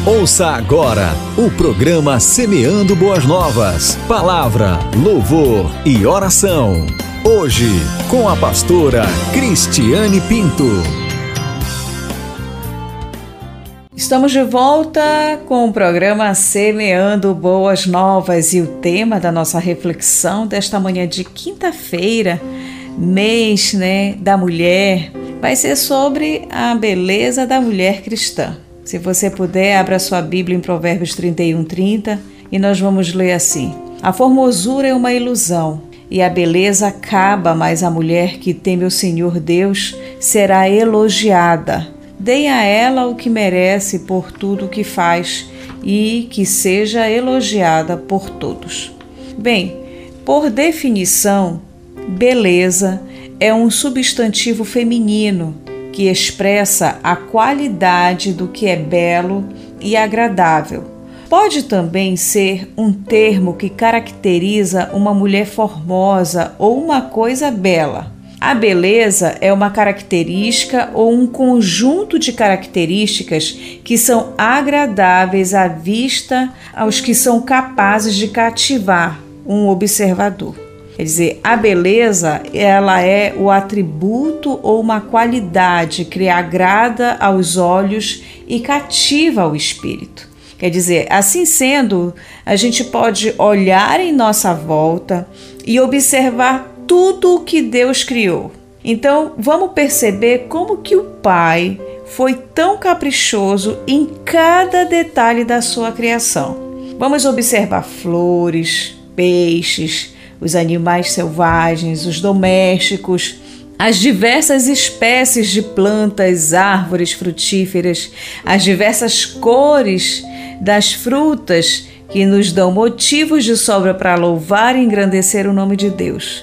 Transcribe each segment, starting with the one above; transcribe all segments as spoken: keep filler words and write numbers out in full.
Ouça agora o programa Semeando Boas Novas. Palavra, louvor e oração. Hoje, com a pastora Cristiane Pinto. Estamos de volta com o programa Semeando Boas Novas e o tema da nossa reflexão desta manhã de quinta-feira, mês, né, da mulher, vai ser sobre a beleza da mulher cristã. Se você puder, abra sua Bíblia em Provérbios trinta e um, trinta e nós vamos ler assim: a formosura é uma ilusão e a beleza acaba, mas a mulher que teme o Senhor Deus será elogiada. Deem a ela o que merece por tudo o que faz e que seja elogiada por todos. Bem, por definição, beleza é um substantivo feminino que expressa a qualidade do que é belo e agradável. Pode também ser um termo que caracteriza uma mulher formosa ou uma coisa bela. A beleza é uma característica ou um conjunto de características que são agradáveis à vista aos que são capazes de cativar um observador. Quer dizer, a beleza, ela é o atributo ou uma qualidade que agrada aos olhos e cativa o espírito. Quer dizer, assim sendo, a gente pode olhar em nossa volta e observar tudo o que Deus criou. Então, vamos perceber como que o Pai foi tão caprichoso em cada detalhe da sua criação. Vamos observar flores, peixes, os animais selvagens, os domésticos, as diversas espécies de plantas, árvores frutíferas, as diversas cores das frutas que nos dão motivos de sobra para louvar e engrandecer o nome de Deus.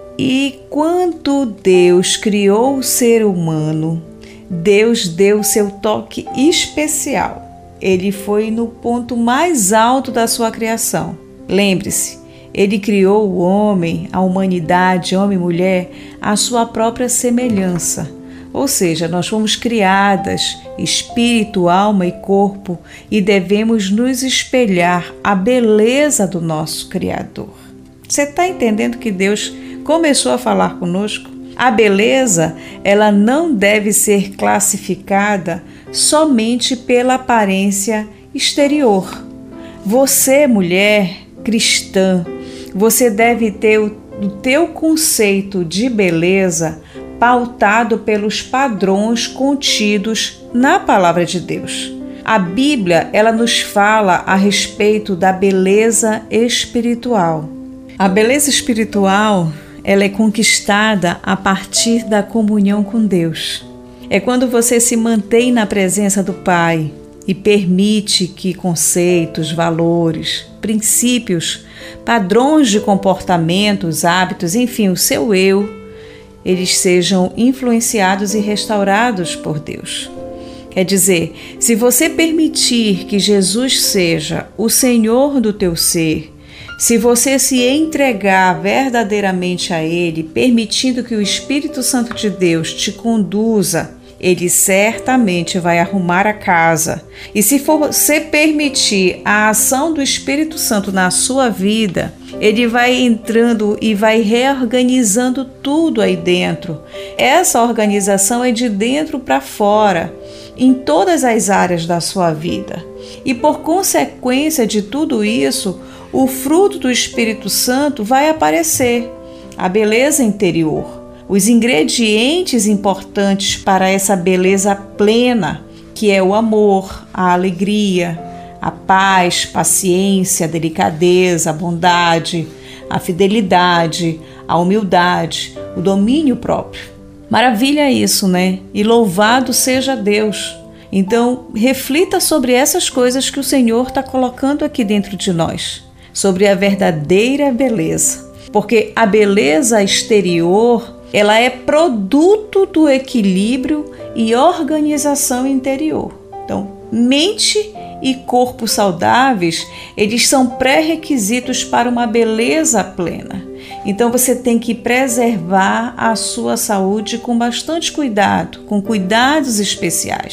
E quando Deus criou o ser humano, Deus deu seu toque especial. Ele foi no ponto mais alto da sua criação. Lembre-se, Ele criou o homem, a humanidade, homem e mulher, à sua própria semelhança. Ou seja, nós fomos criadas, espírito, alma e corpo, e devemos nos espelhar a beleza do nosso Criador. Você está entendendo que Deus começou a falar conosco? A beleza, ela não deve ser classificada somente pela aparência exterior. Você, mulher cristã, você deve ter o, o teu conceito de beleza pautado pelos padrões contidos na Palavra de Deus. A Bíblia, ela nos fala a respeito da beleza espiritual. A beleza espiritual, ela é conquistada a partir da comunhão com Deus. É quando você se mantém na presença do Pai e permite que conceitos, valores, princípios, padrões de comportamentos, hábitos, enfim, o seu eu, eles sejam influenciados e restaurados por Deus. Quer dizer, se você permitir que Jesus seja o Senhor do teu ser, se você se entregar verdadeiramente a Ele, permitindo que o Espírito Santo de Deus te conduza, Ele certamente vai arrumar a casa. E se você permitir a ação do Espírito Santo na sua vida, Ele vai entrando e vai reorganizando tudo aí dentro. Essa organização é de dentro para fora, em todas as áreas da sua vida. E por consequência de tudo isso, o fruto do Espírito Santo vai aparecer, a beleza interior. Os ingredientes importantes para essa beleza plena, que é o amor, a alegria, a paz, paciência, a delicadeza, a bondade, a fidelidade, a humildade, o domínio próprio. Maravilha isso, né? E louvado seja Deus. Então, reflita sobre essas coisas que o Senhor está colocando aqui dentro de nós, sobre a verdadeira beleza. Porque a beleza exterior, ela é produto do equilíbrio e organização interior. Então, mente e corpo saudáveis, eles são pré-requisitos para uma beleza plena. Então, você tem que preservar a sua saúde com bastante cuidado, com cuidados especiais.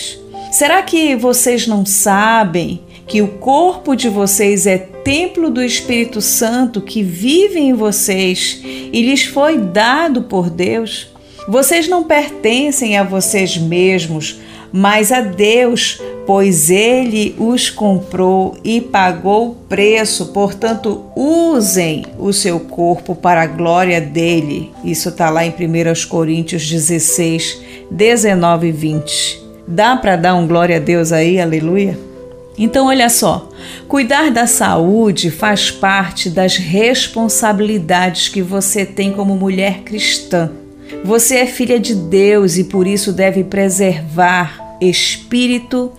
Será que vocês não sabem que o corpo de vocês é templo do Espírito Santo que vive em vocês e lhes foi dado por Deus? Vocês não pertencem a vocês mesmos, mas a Deus, pois Ele os comprou e pagou o preço. Portanto, usem o seu corpo para a glória dele. Isso está lá em primeira Coríntios dezesseis, dezenove e vinte. Dá para dar um glória a Deus aí, aleluia? Então, olha só, cuidar da saúde faz parte das responsabilidades que você tem como mulher cristã. Você é filha de Deus e por isso deve preservar espírito,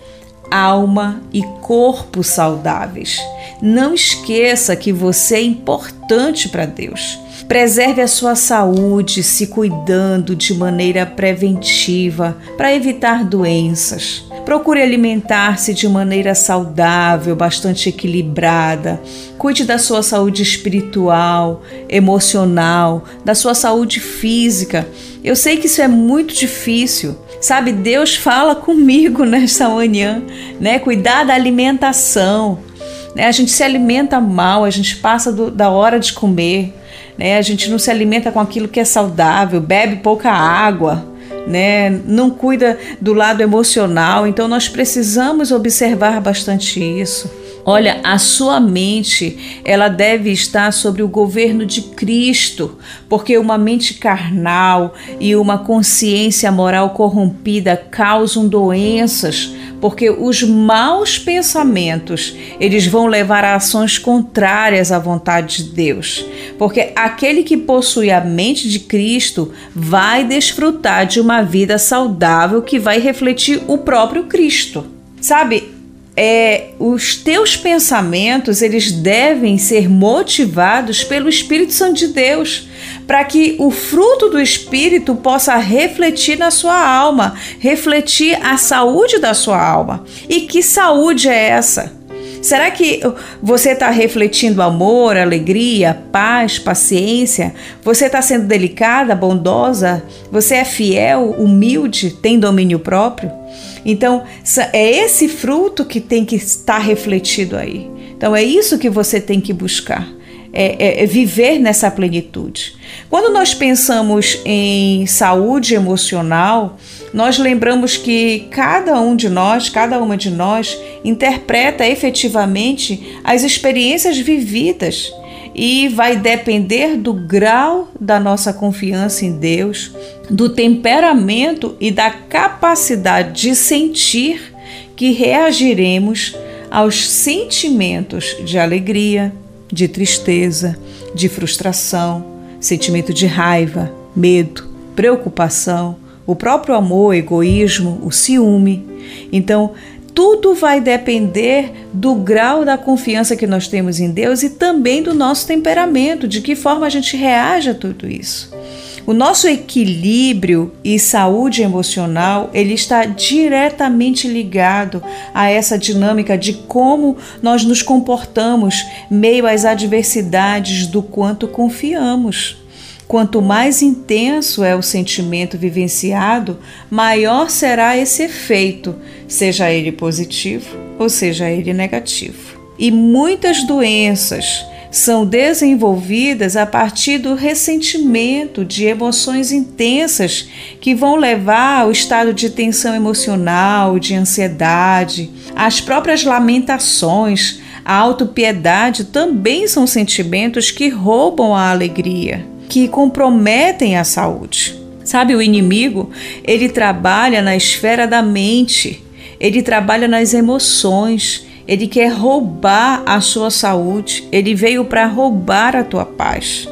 alma e corpo saudáveis. Não esqueça que você é importante para Deus. Preserve a sua saúde se cuidando de maneira preventiva para evitar doenças. Procure alimentar-se de maneira saudável, bastante equilibrada. Cuide da sua saúde espiritual, emocional, da sua saúde física. Eu sei que isso é muito difícil. Sabe, Deus fala comigo nesta manhã, né? Cuidar da alimentação. Né? A gente se alimenta mal, a gente passa do, da hora de comer. Né? A gente não se alimenta com aquilo que é saudável, bebe pouca água. Né? Não cuida do lado emocional, então nós precisamos observar bastante isso. Olha, a sua mente, ela deve estar sobre o governo de Cristo, porque uma mente carnal e uma consciência moral corrompida causam doenças, porque os maus pensamentos, eles vão levar a ações contrárias à vontade de Deus. Porque aquele que possui a mente de Cristo vai desfrutar de uma vida saudável que vai refletir o próprio Cristo. Sabe, é, os teus pensamentos, eles devem ser motivados pelo Espírito Santo de Deus, para que o fruto do Espírito possa refletir na sua alma, refletir a saúde da sua alma. E que saúde é essa? Será que você está refletindo amor, alegria, paz, paciência? Você está sendo delicada, bondosa? Você é fiel, humilde, tem domínio próprio? Então, é esse fruto que tem que estar refletido aí. Então, é isso que você tem que buscar. É, é, é viver nessa plenitude. Quando nós pensamos em saúde emocional, nós lembramos que cada um de nós, cada uma de nós, interpreta efetivamente as experiências vividas e vai depender do grau da nossa confiança em Deus, do temperamento e da capacidade de sentir que reagiremos aos sentimentos de alegria, de tristeza, de frustração, sentimento de raiva, medo, preocupação, o próprio amor, egoísmo, o ciúme. Então, tudo vai depender do grau da confiança que nós temos em Deus e também do nosso temperamento, de que forma a gente reage a tudo isso. O nosso equilíbrio e saúde emocional, ele está diretamente ligado a essa dinâmica de como nós nos comportamos meio às adversidades, do quanto confiamos. Quanto mais intenso é o sentimento vivenciado, maior será esse efeito, seja ele positivo ou seja ele negativo. E muitas doenças são desenvolvidas a partir do ressentimento, de emoções intensas que vão levar ao estado de tensão emocional, de ansiedade. As próprias lamentações, a autopiedade também são sentimentos que roubam a alegria, que comprometem a saúde. Sabe, o inimigo, ele trabalha na esfera da mente, ele trabalha nas emoções. Ele quer roubar a sua saúde, ele veio para roubar a tua paz.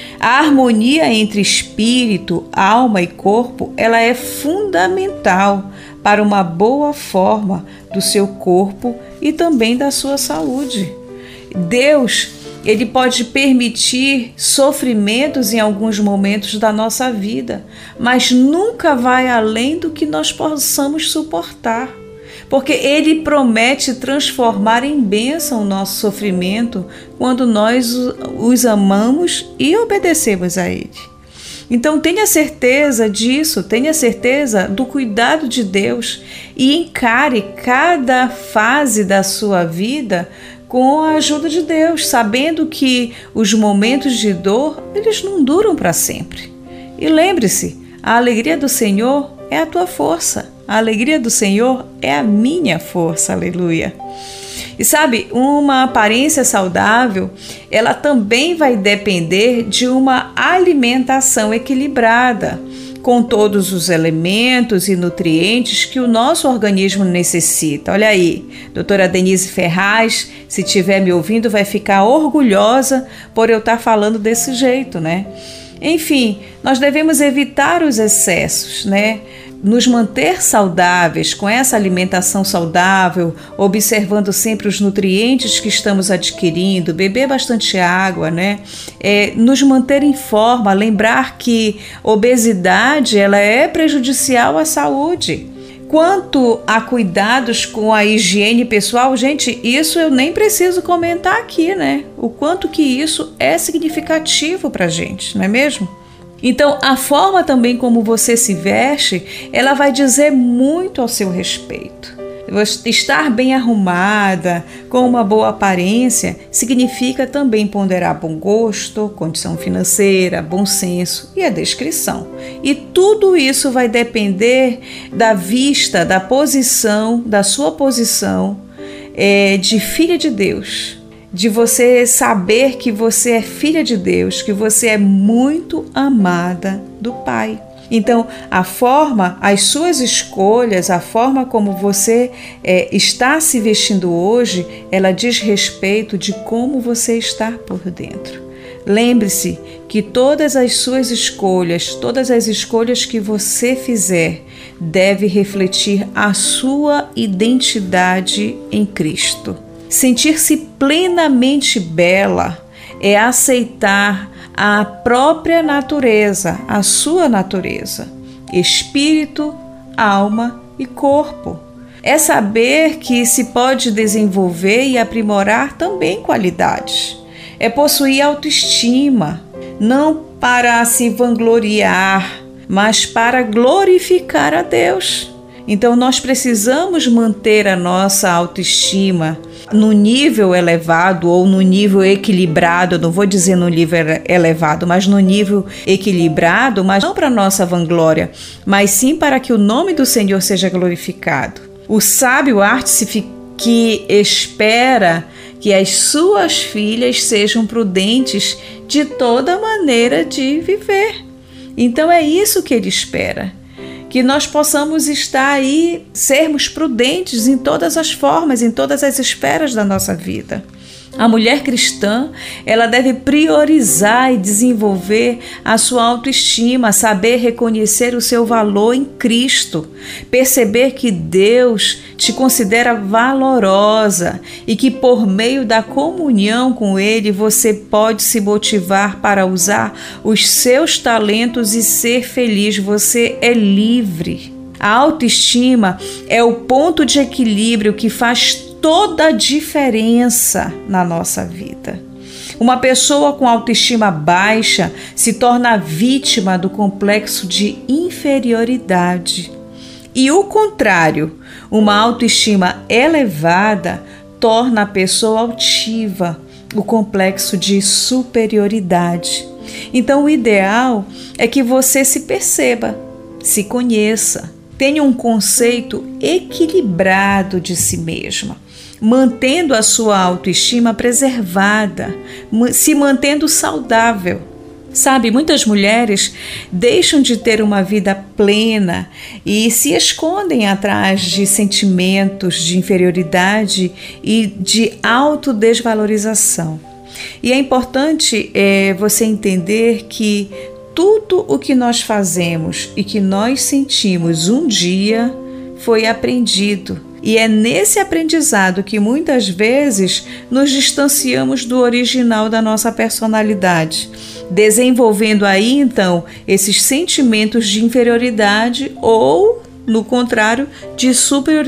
A harmonia entre espírito, alma e corpo, ela é fundamental para uma boa forma do seu corpo e também da sua saúde. Deus, ele pode permitir sofrimentos em alguns momentos da nossa vida, mas nunca vai além do que nós possamos suportar. Porque Ele promete transformar em bênção o nosso sofrimento quando nós os amamos e obedecemos a Ele. Então tenha certeza disso, tenha certeza do cuidado de Deus e encare cada fase da sua vida com a ajuda de Deus, sabendo que os momentos de dor, eles não duram para sempre. E lembre-se, a alegria do Senhor é a tua força, a alegria do Senhor é a minha força, aleluia. E sabe, uma aparência saudável, ela também vai depender de uma alimentação equilibrada, com todos os elementos e nutrientes que o nosso organismo necessita. Olha aí, doutora Denise Ferraz, se estiver me ouvindo, vai ficar orgulhosa por eu estar falando desse jeito, né? Enfim, nós devemos evitar os excessos, né? Nos manter saudáveis, com essa alimentação saudável, observando sempre os nutrientes que estamos adquirindo, beber bastante água, né? É, nos manter em forma, lembrar que obesidade ela é prejudicial à saúde. Quanto a cuidados com a higiene pessoal, gente, isso eu nem preciso comentar aqui, né? O quanto que isso é significativo para a gente, não é mesmo? Então, a forma também como você se veste, ela vai dizer muito ao seu respeito. Estar bem arrumada, com uma boa aparência, significa também ponderar bom gosto, condição financeira, bom senso e a descrição. E tudo isso vai depender da vista, da posição, da sua posição é, de filha de Deus. De você saber que você é filha de Deus, que você é muito amada do Pai. Então, a forma, as suas escolhas, a forma como você é, está se vestindo hoje, ela diz respeito de como você está por dentro. Lembre-se que todas as suas escolhas, todas as escolhas que você fizer, deve refletir a sua identidade em Cristo. Sentir-se plenamente bela é aceitar a própria natureza, a sua natureza, espírito, alma e corpo. É saber que se pode desenvolver e aprimorar também qualidades. É possuir autoestima, não para se vangloriar, mas para glorificar a Deus. Então nós precisamos manter a nossa autoestima no nível elevado ou no nível equilibrado, eu não vou dizer no nível elevado, mas no nível equilibrado, mas não para nossa vanglória, mas sim para que o nome do Senhor seja glorificado. O sábio artífice que espera que as suas filhas sejam prudentes de toda maneira de viver. Então é isso que ele espera. Que nós possamos estar aí, sermos prudentes em todas as formas, em todas as esferas da nossa vida. A mulher cristã, ela deve priorizar e desenvolver a sua autoestima, saber reconhecer o seu valor em Cristo, perceber que Deus te considera valorosa e que por meio da comunhão com Ele você pode se motivar para usar os seus talentos e ser feliz. Você é livre. A autoestima é o ponto de equilíbrio que faz toda a diferença na nossa vida. Uma pessoa com autoestima baixa se torna vítima do complexo de inferioridade. E o contrário, uma autoestima elevada torna a pessoa altiva, o complexo de superioridade. Então o ideal é que você se perceba, se conheça, tenha um conceito equilibrado de si mesma, mantendo a sua autoestima preservada, se mantendo saudável. Sabe, muitas mulheres deixam de ter uma vida plena e se escondem atrás de sentimentos de inferioridade e de autodesvalorização. E é importante é, você entender que tudo o que nós fazemos e que nós sentimos um dia foi aprendido. E é nesse aprendizado que muitas vezes nos distanciamos do original da nossa personalidade, desenvolvendo aí então esses sentimentos de inferioridade ou, no contrário, de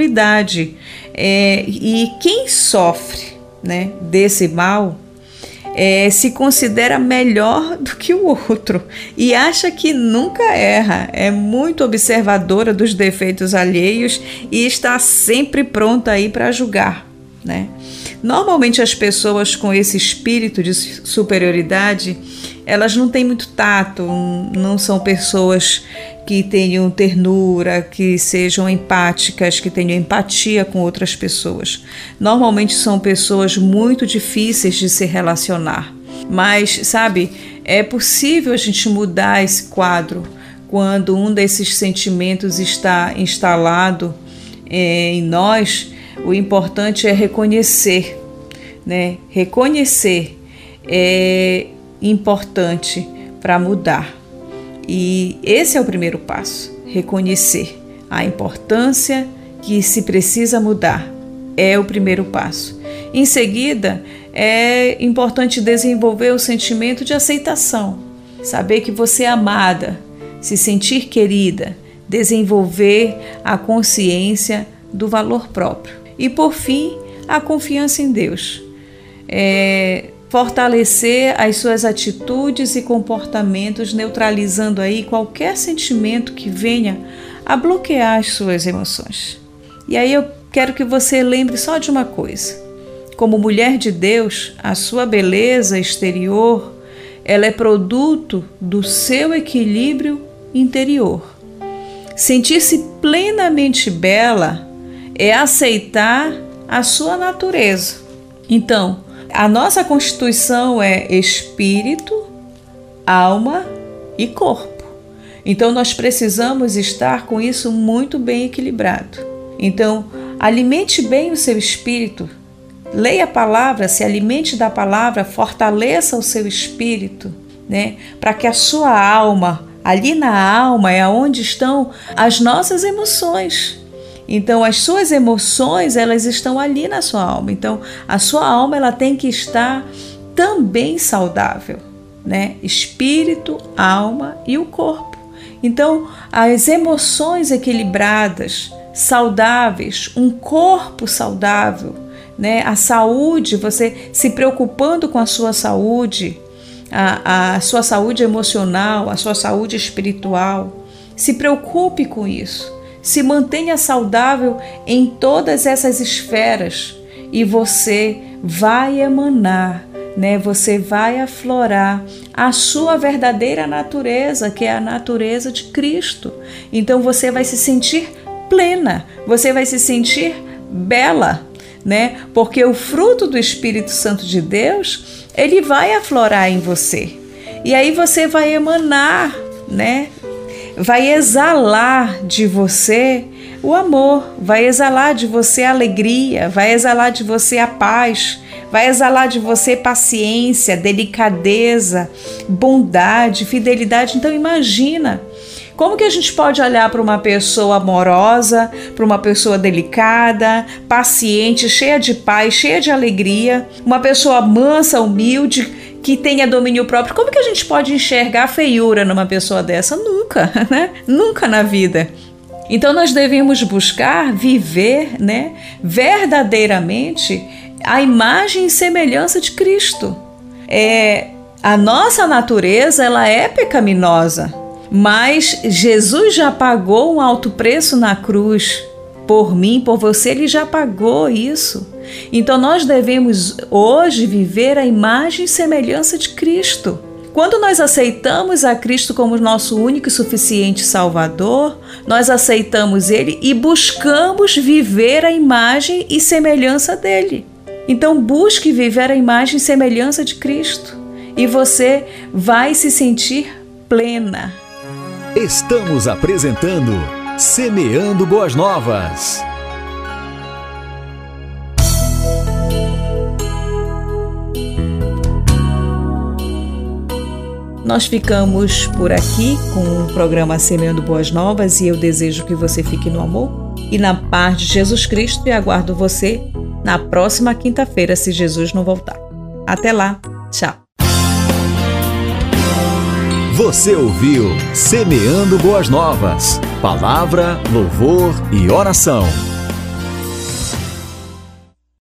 superioridade. É, e quem sofre, né, desse mal é, se considera melhor do que o outro e acha que nunca erra, é muito observadora dos defeitos alheios e está sempre pronta aí para julgar, né? Normalmente as pessoas com esse espírito de superioridade, elas não têm muito tato, não são pessoas que tenham ternura, que sejam empáticas, que tenham empatia com outras pessoas. Normalmente são pessoas muito difíceis de se relacionar. Mas, sabe, é possível a gente mudar esse quadro quando um desses sentimentos está instalado é, em nós. O importante é reconhecer, né? Reconhecer é importante para mudar. E esse é o primeiro passo, reconhecer a importância que se precisa mudar. É o primeiro passo. Em seguida, é importante desenvolver o sentimento de aceitação, saber que você é amada, se sentir querida, desenvolver a consciência do valor próprio. E, por fim, a confiança em Deus. É, fortalecer as suas atitudes e comportamentos, neutralizando aí qualquer sentimento que venha a bloquear as suas emoções. E aí eu quero que você lembre só de uma coisa. Como mulher de Deus, a sua beleza exterior, ela é produto do seu equilíbrio interior. Sentir-se plenamente bela é aceitar a sua natureza. Então, a nossa constituição é espírito, alma e corpo. Então, nós precisamos estar com isso muito bem equilibrado. Então, alimente bem o seu espírito, leia a palavra, se alimente da palavra, fortaleça o seu espírito, né? Para que a sua alma, ali na alma é onde estão as nossas emoções. Então, as suas emoções, elas estão ali na sua alma. Então, a sua alma, ela tem que estar também saudável, né? Espírito, alma e o corpo. Então, as emoções equilibradas, saudáveis, um corpo saudável, né? A saúde, você se preocupando com a sua saúde, a, a sua saúde emocional, a sua saúde espiritual. Se preocupe com isso. Se mantenha saudável em todas essas esferas e você vai emanar, né? Você vai aflorar a sua verdadeira natureza, que é a natureza de Cristo. Então você vai se sentir plena, você vai se sentir bela, né? Porque o fruto do Espírito Santo de Deus, ele vai aflorar em você. E aí você vai emanar, né? Vai exalar de você o amor, vai exalar de você a alegria, vai exalar de você a paz, vai exalar de você paciência, delicadeza, bondade, fidelidade. Então imagina, como que a gente pode olhar para uma pessoa amorosa, para uma pessoa delicada, paciente, cheia de paz, cheia de alegria, uma pessoa mansa, humilde, que tenha domínio próprio? Como que a gente pode enxergar feiura numa pessoa dessa? Nunca, né? Nunca na vida. Então nós devemos buscar viver, né, verdadeiramente a imagem e semelhança de Cristo. É, a nossa natureza, ela é pecaminosa, mas Jesus já pagou um alto preço na cruz. Por mim, por você, ele já pagou isso. Então nós devemos hoje viver a imagem e semelhança de Cristo. Quando nós aceitamos a Cristo como nosso único e suficiente Salvador, nós aceitamos Ele e buscamos viver a imagem e semelhança dele. Então busque viver a imagem e semelhança de Cristo e você vai se sentir plena. Estamos apresentando Semeando Boas Novas. Nós ficamos por aqui com o programa Semeando Boas Novas e eu desejo que você fique no amor e na paz de Jesus Cristo e aguardo você na próxima quinta-feira, se Jesus não voltar. Até lá, tchau. Você ouviu Semeando Boas Novas, palavra, louvor e oração.